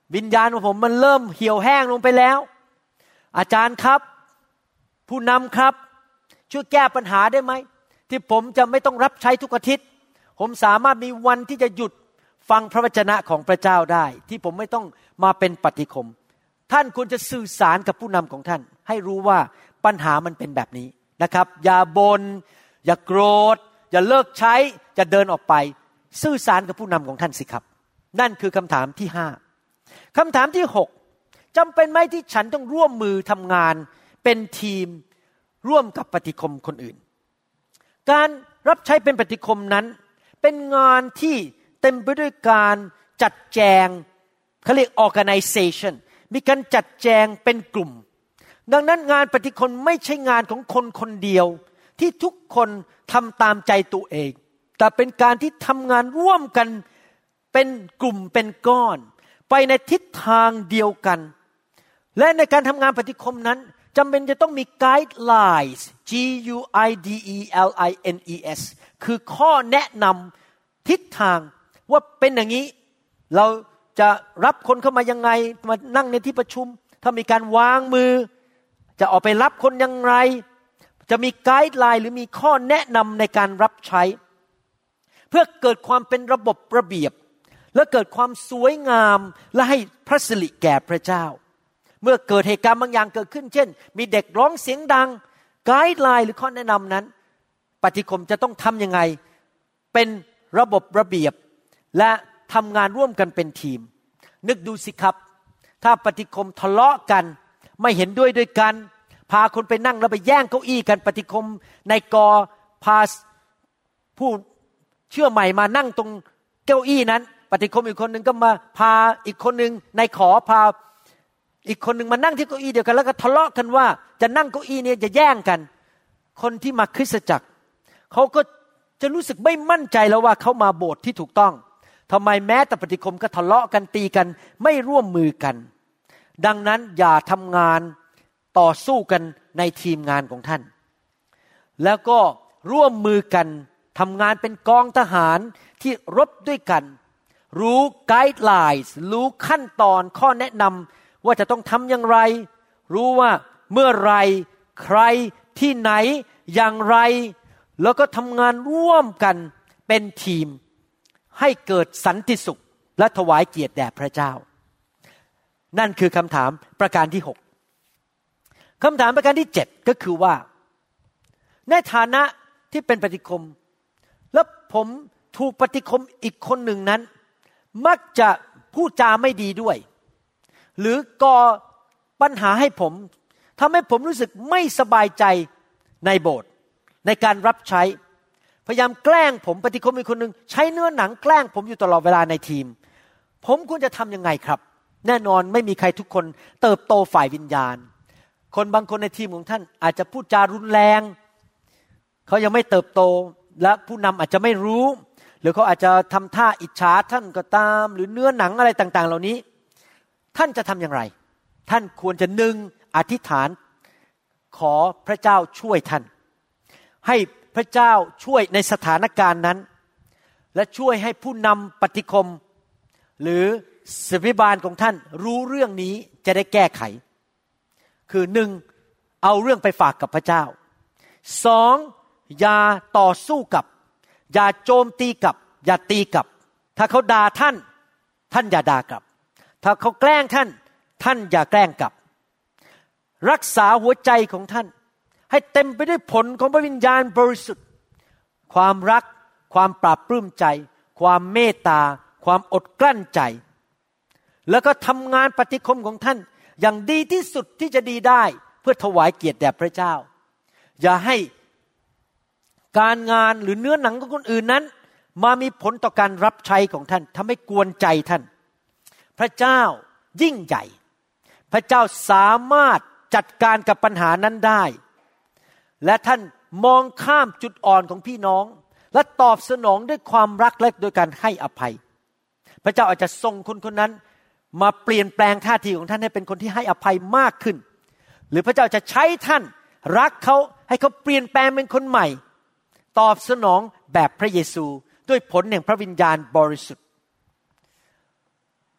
วิญญาณของผมมันเริ่มเหี่ยวแห้งลงไปแล้วอาจารย์ครับผู้นำครับช่วยแก้ปัญหาได้ไหมที่ผมจะไม่ต้องรับใช้ทุกอาทิตย์ผมสามารถมีวันที่จะหยุดฟังพระวจนะของพระเจ้าได้ที่ผมไม่ต้องมาเป็นปฏิคมท่านควรจะสื่อสารกับผู้นำของท่านให้รู้ว่าปัญหามันเป็นแบบนี้นะครับอย่าบน่นอย่าโกรธอย่าเลิกใช้อย่าเดินออกไปสื่อสารกับผู้นำของท่านสิครับนั่นคือคำถามที่ห้าคำถามที่หกจำเป็นไหมที่ฉันต้องร่วมมือทำงานเป็นทีมร่วมกับปฏิคมคนอื่นการรับใช้เป็นปฏิคมนั้นเป็นงานที่เต็มไปด้วยการจัดแจงเขาเรียก organization มีการจัดแจงเป็นกลุ่มดังนั้นงานปฏิคมไม่ใช่งานของคนคนเดียวที่ทุกคนทำตามใจตัวเองแต่เป็นการที่ทำงานร่วมกันเป็นกลุ่มเป็นก้อนไปในทิศทางเดียวกันและในการทำงานปฏิคมนั้นจำเป็นจะต้องมี guidelines G U I D E L I N E S คือข้อแนะนำทิศทางว่าเป็นอย่างนี้เราจะรับคนเข้ามายังไงมานั่งในที่ประชุมถ้ามีการวางมือจะออกไปรับคนยังไงจะมีไกด์ไลน์หรือมีข้อแนะนำในการรับใช้เพื่อเกิดความเป็นระบบระเบียบและเกิดความสวยงามและให้พระสิริแก่พระเจ้าเมื่อเกิดเหตุการณ์บางอย่างเกิดขึ้นเช่นมีเด็กร้องเสียงดังไกด์ไลน์หรือข้อแนะนำนั้นปฏิคมจะต้องทำยังไงเป็นระบบระเบียบและทำงานร่วมกันเป็นทีมนึกดูสิครับถ้าปฏิคมทะเลาะกันไม่เห็นด้วยด้วยกันพาคนไปนั่งแล้วไปแย่งเก้าอี้กันปฏิคมในกอพาผู้เชื่อใหม่มานั่งตรงเก้าอี้นั้นปฏิคมอีกคนนึงก็มาพาอีกคนนึงในขอพาอีกคนนึงมานั่งที่เก้าอี้เดียวกันแล้วก็ทะเลาะกันว่าจะนั่งเก้าอี้นี้จะแย่งกันคนที่มาคริสตจักรเขาก็จะรู้สึกไม่มั่นใจแล้วว่าเขามาโบสถ์ที่ถูกต้องทำไมแม้แต่ปฏิคมก็ทะเลาะกันตีกันไม่ร่วมมือกันดังนั้นอย่าทำงานต่อสู้กันในทีมงานของท่านแล้วก็ร่วมมือกันทำงานเป็นกองทหารที่รบด้วยกันรู้ไกด์ไลน์รู้ขั้นตอนข้อแนะนำว่าจะต้องทำอย่างไรรู้ว่าเมื่อไรใครที่ไหนอย่างไรแล้วก็ทำงานร่วมกันเป็นทีมให้เกิดสันติสุขและถวายเกียรติแด่พระเจ้านั่นคือคำถามประการที่หกคำถามประการที่เจ็ดก็คือว่าในฐานะที่เป็นปฏิคมแล้วผมถูกปฏิคมอีกคนหนึ่งนั้นมักจะพูดจาไม่ดีด้วยหรือก่อปัญหาให้ผมทำให้ผมรู้สึกไม่สบายใจในโบสถ์ในการรับใช้พยายามแกล้งผมปฏิคมอีกคนหนึ่งใช้เนื้อหนังแกล้งผมอยู่ตลอดเวลาในทีมผมควรจะทำยังไงครับแน่นอนไม่มีใครทุกคนเติบโตฝ่ายวิญญาณคนบางคนในทีมของท่านอาจจะพูดจารุนแรงเขายังไม่เติบโตและผู้นำอาจจะไม่รู้หรือเขาอาจจะทำท่าอิจฉาท่านก็ตามหรือเนื้อหนังอะไรต่างๆเหล่านี้ท่านจะทำอย่างไรท่านควรจะหนึ่งอธิษฐานขอพระเจ้าช่วยท่านให้พระเจ้าช่วยในสถานการณ์นั้นและช่วยให้ผู้นำปฏิคมหรือศิบิบาลของท่านรู้เรื่องนี้จะได้แก้ไขคือหนึ่งเอาเรื่องไปฝากกับพระเจ้าสองอย่าต่อสู้กับอย่าโจมตีกับอย่าตีกับถ้าเขาด่าท่านท่านอย่าด่ากลับถ้าเขาแกล้งท่านท่านอย่าแกล้งกลับรักษาหัวใจของท่านให้เต็มไปด้วยผลของพระวิญญาณบริสุทธิ์ความรักความปราบปลื้มใจความเมตตาความอดกลั้นใจแล้วก็ทำงานปฏิคมของท่านอย่างดีที่สุดที่จะดีได้เพื่อถวายเกียรติแด่พระเจ้าอย่าให้การงานหรือเนื้อหนังของคนอื่นนั้นมามีผลต่อการรับใช้ของท่านทำให้กวนใจท่านพระเจ้ายิ่งใหญ่พระเจ้าสามารถจัดการกับปัญหานั้นได้และท่านมองข้ามจุดอ่อนของพี่น้องและตอบสนองด้วยความรักและโดยการให้อภัยพระเจ้าอาจจะส่งคนคนนั้นมาเปลี่ยนแปลงท่าทีของท่านให้เป็นคนที่ให้อภัยมากขึ้นหรือพระเจ้าจะใช้ท่านรักเขาให้เขาเปลี่ยนแปลงเป็นคนใหม่ตอบสนองแบบพระเยซูด้วยผลแห่งพระวิญญาณบริสุทธิ์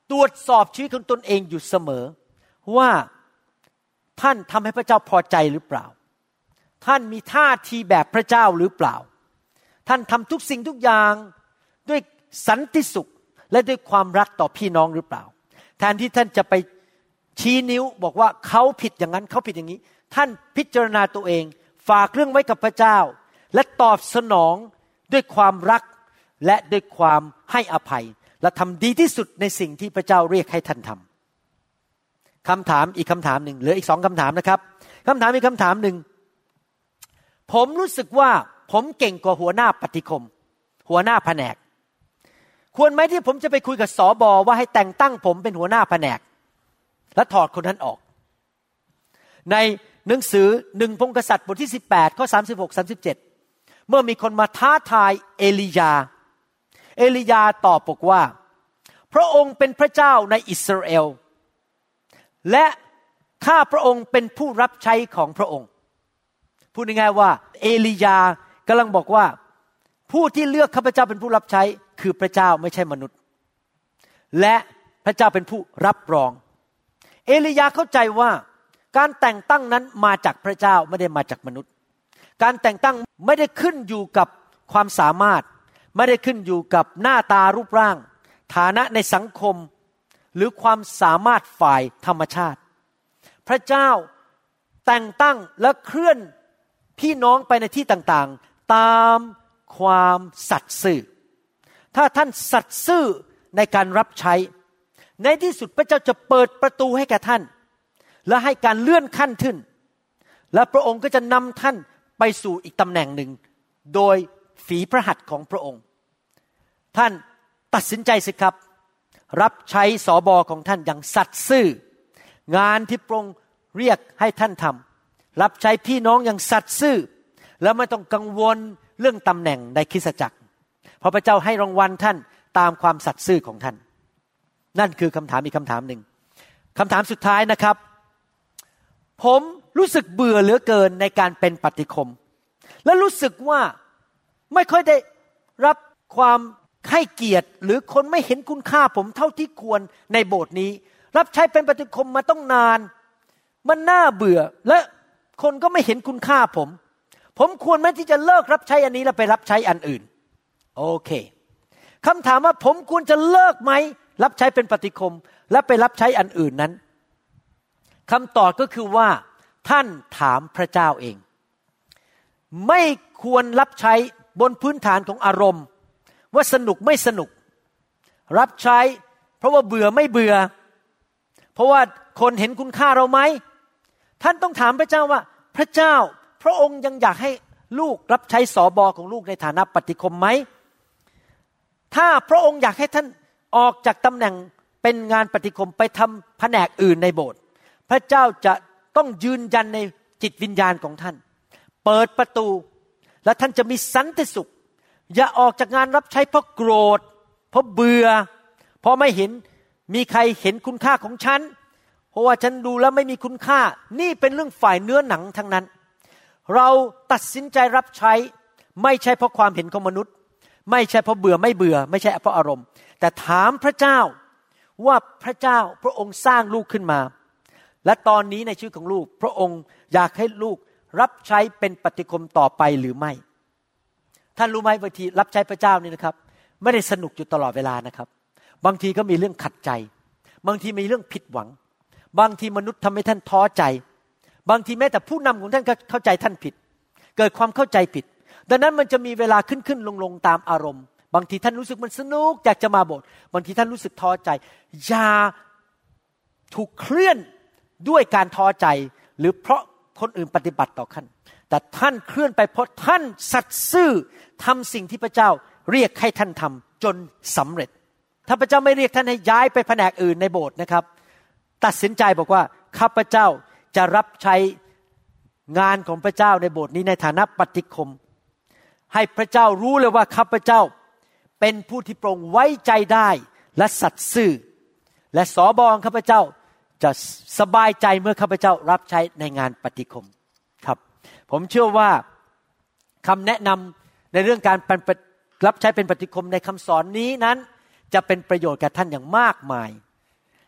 ตรวจสอบชีวิตของตนเองอยู่เสมอว่าท่านทำให้พระเจ้าพอใจหรือเปล่าท่านมีท่าทีแบบพระเจ้าหรือเปล่าท่านทำทุกสิ่งทุกอย่างด้วยสันติสุขและด้วยความรักต่อพี่น้องหรือเปล่าแทนที่ท่านจะไปชี้นิ้วบอกว่าเขาผิดอย่างนั้นเขาผิดอย่างนี้ท่านพิจารณาตัวเองฝากเรื่องไว้กับพระเจ้าและตอบสนองด้วยความรักและด้วยความให้อภัยและทำดีที่สุดในสิ่งที่พระเจ้าเรียกให้ท่านทำคำถามอีกคำถามหนึ่งเหลืออีกสองคำถามนะครับคำถามอีกคำถามหนึ่งผมรู้สึกว่าผมเก่งกว่าหัวหน้าปฏิคมหัวหน้าแผนกควรไหมที่ผมจะไปคุยกับสบว่าให้แต่งตั้งผมเป็นหัวหน้าแผนกและถอดคนนั้นออกในหนังสือหนึ่งพงศ์กษัตริย์บทที่สิบแปดข้อสามสิบหก สามสิบเจ็ดเมื่อมีคนมาท้าทายเอลียาเอลียาตอบบอกว่าพระองค์เป็นพระเจ้าในอิสราเอลและข้าพระองค์เป็นผู้รับใช้ของพระองค์พูดง่ายๆว่าเอลียากำลังบอกว่าผู้ที่เลือกข้าพเจ้าเป็นผู้รับใช้คือพระเจ้าไม่ใช่มนุษย์และพระเจ้าเป็นผู้รับรองเอลียาเข้าใจว่าการแต่งตั้งนั้นมาจากพระเจ้าไม่ได้มาจากมนุษย์การแต่งตั้งไม่ได้ขึ้นอยู่กับความสามารถไม่ได้ขึ้นอยู่กับหน้าตารูปร่างฐานะในสังคมหรือความสามารถฝ่ายธรรมชาติพระเจ้าแต่งตั้งและเคลื่อนพี่น้องไปในที่ต่างๆตามความสัตย์ซื่อถ้าท่านสัตย์ซื่อในการรับใช้ในที่สุดพระเจ้าจะเปิดประตูให้แก่ท่านและให้การเลื่อนขั้นขึ้นและพระองค์ก็จะนำท่านไปสู่อีกตำแหน่งหนึ่งโดยฝีพระหัตถ์ของพระองค์ท่านตัดสินใจสิครับรับใช้สบของท่านอย่างสัตย์ซื่องานที่พระองค์เรียกให้ท่านทำรับใช้พี่น้องอย่างสัตย์ซื่อแล้วไม่ต้องกังวลเรื่องตำแหน่งในคริสตจักรเพราะพระเจ้าให้รางวัลท่านตามความสัตย์ซื่อของท่านนั่นคือคำถามอีกคำถามหนึ่งคำถามสุดท้ายนะครับผมรู้สึกเบื่อเหลือเกินในการเป็นปฏิคมและรู้สึกว่าไม่ค่อยได้รับความให้เกียรติหรือคนไม่เห็นคุณค่าผมเท่าที่ควรในโบสถ์นี้รับใช้เป็นปฏิคมมาต้องนานมันน่าเบื่อและคนก็ไม่เห็นคุณค่าผมผมควรไหมที่จะเลิกรับใช้อันนี้แล้วไปรับใช้อันอื่นโอเคคำถามว่าผมควรจะเลิกไหมรับใช้เป็นปฏิคมและไปรับใช้อันอื่นนั้นคำตอบก็คือว่าท่านถามพระเจ้าเองไม่ควรรับใช้บนพื้นฐานของอารมณ์ว่าสนุกไม่สนุกรับใช้เพราะว่าเบื่อไม่เบื่อเพราะว่าคนเห็นคุณค่าเราไหมท่านต้องถามพระเจ้าว่าพระเจ้าพระองค์ยังอยากให้ลูกรับใช้สบของลูกในฐานะปฏิคมไหมถ้าพระองค์อยากให้ท่านออกจากตำแหน่งเป็นงานปฏิคมไปทำแผนกอื่นในโบสถ์พระเจ้าจะต้องยืนยันในจิตวิญญาณของท่านเปิดประตูและท่านจะมีสันติสุขอย่าออกจากงานรับใช้เพราะโกรธเพราะเบื่อเพราะไม่เห็นมีใครเห็นคุณค่าของฉันเพราะว่าฉันดูแล้วไม่มีคุณค่านี่เป็นเรื่องฝ่ายเนื้อหนังทั้งนั้นเราตัดสินใจรับใช้ไม่ใช่เพราะความเห็นของมนุษย์ไม่ใช่เพราะเบื่อไม่เบื่อไม่ใช่เพราะอารมณ์แต่ถามพระเจ้าว่าพระเจ้าพระองค์สร้างลูกขึ้นมาและตอนนี้ในชีวิตของลูกพระองค์อยากให้ลูกรับใช้เป็นปฏิคมต่อไปหรือไม่ท่านรู้ไหมบางทีรับใช้พระเจ้านี่นะครับไม่ได้สนุกอยู่ตลอดเวลานะครับบางทีก็มีเรื่องขัดใจบางทีมีเรื่องผิดหวังบางทีมนุษย์ทำให้ท่านท้อใจบางทีแม้แต่ผู้นำของท่านก็เข้าใจท่านผิดเกิดความเข้าใจผิดดังนั้นมันจะมีเวลาขึ้นขึ้นลงลงตามอารมณ์บางทีท่านรู้สึกมันสนุกอยากจะมาโบสถ์บางทีท่านรู้สึกท้อใจอย่าถูกเคลื่อนด้วยการท้อใจหรือเพราะคนอื่นปฏิบัติต่อท่านแต่ท่านเคลื่อนไปเพราะท่านสัตย์ซื่อทำสิ่งที่พระเจ้าเรียกให้ท่านทำจนสำเร็จถ้าพระเจ้าไม่เรียกท่านให้ย้ายไปแผนกอื่นในโบสถ์นะครับตัดสินใจบอกว่าข้าพเจ้าจะรับใช้งานของพระเจ้าในโบสถ์นี้ในฐานะปฏิคมให้พระเจ้ารู้เลยว่าข้าพเจ้าเป็นผู้ที่โปร่งไว้ใจได้และสัตย์ซื่อและสบของข้าพเจ้าจะสบายใจเมื่อข้าพเจ้ารับใช้ในงานปฏิคมครับผมเชื่อว่าคำแนะนำในเรื่องการรับใช้เป็นปฏิคมในคำสอนนี้นั้นจะเป็นประโยชน์แก่ท่านอย่างมากมาย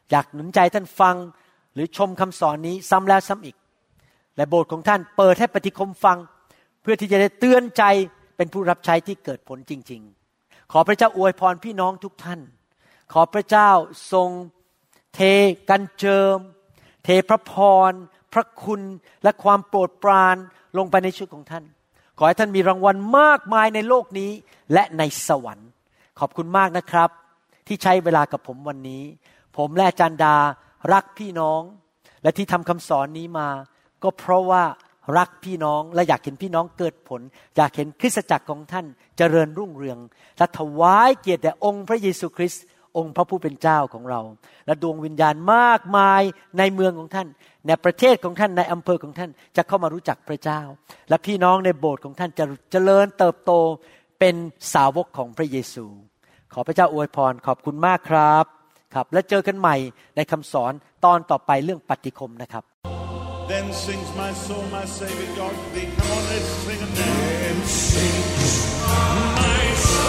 อยากหนุนใจท่านฟังหรือชมคำสอนนี้ซ้ำแล้วซ้ำอีกและโบสถ์ของท่านเปิดให้ปฏิคมฟังเพื่อที่จะได้เตือนใจเป็นผู้รับใช้ที่เกิดผลจริงๆขอพระเจ้าอวยพรพี่น้องทุกท่านขอพระเจ้าทรงเทกันเจิมเทพระพรพระคุณและความโปรดปรานลงไปในชีวิตของท่านขอให้ท่านมีรางวัลมากมายในโลกนี้และในสวรรค์ขอบคุณมากนะครับที่ใช้เวลากับผมวันนี้ผมและอาจารย์ดารักพี่น้องและที่ทำคำสอนนี้มาก็เพราะว่ารักพี่น้องและอยากเห็นพี่น้องเกิดผลอยากเห็นคริสตจักรของท่านเจริญรุ่งเรืองและถวายเกียรติแด่องค์พระเยซูคริสต์องค์พระผู้เป็นเจ้าของเราและดวงวิญญาณมากมายในเมืองของท่านในประเทศของท่านในอำเภอของท่านจะเข้ามารู้จักพระเจ้าและพี่น้องในโบสถ์ของท่านจะเจริญเติบโตเป็นสาวกของพระเยซูขอพระเจ้าอวยพรขอบคุณมากครับครับและเจอกันใหม่ในคำสอนตอนต่อไปเรื่องปฏิคมนะครับ Then sings my soul, my Savior God to thee. Come on, let's sing it now. Then sings my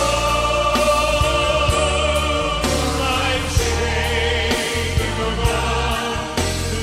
soul, my Savior God to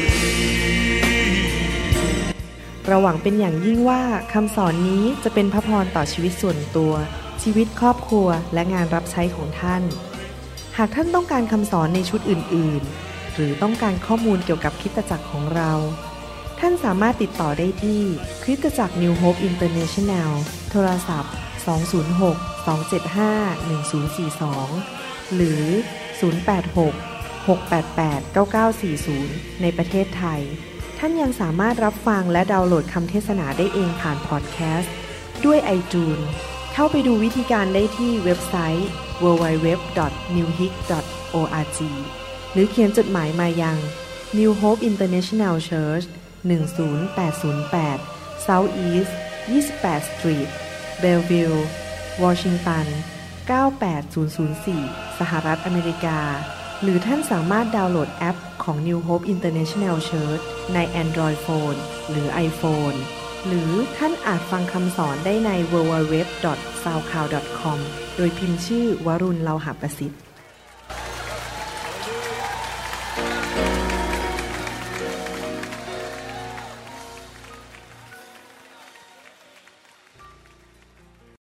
thee. เราหวังเป็นอย่างยิ่งว่าคำสอนนี้จะเป็นพระพรต่อชีวิตส่วนตัวชีวิตครอบครัวและงานรับใช้ของท่านหากท่านต้องการคำสอนในชุดอื่นๆหรือต้องการข้อมูลเกี่ยวกับคริสตจักรของเราท่านสามารถติดต่อได้ที่คริสตจักร New Hope International โทรศัพท์สอง ศูนย์ หก สอง เจ็ด ห้า หนึ่ง ศูนย์ สี่ สองหรือศูนย์ แปด หก หก แปด แปด เก้า เก้า สี่ ศูนย์ในประเทศไทยท่านยังสามารถรับฟังและดาวน์โหลดคำเทศนาได้เองผ่านพอดแคสต์ด้วย iTunes เข้าไปดูวิธีการได้ที่เว็บไซต์ ดับเบิลยู ดับเบิลยู ดับเบิลยู ดอท นิว โฮป ดอท โอ อาร์ จี หรือเขียนจดหมายมายัง New Hope International Church หนึ่ง ศูนย์ แปด ศูนย์ แปด South East ยี่สิบแปด Street Bellevue Washington เก้า แปด ศูนย์ ศูนย์ สี่ สหรัฐอเมริกาหรือท่านสามารถดาวน์โหลดแอปของ New Hope International Church ใน Android Phone หรือ iPhone หรือท่านอาจฟังคำสอนได้ใน ดับเบิลยู ดับเบิลยู ดับเบิลยู ดอท ซาวด์คลาวด์ ดอท คอม โดยพิมพ์ชื่อวรุณ เลาหะประสิทธิ์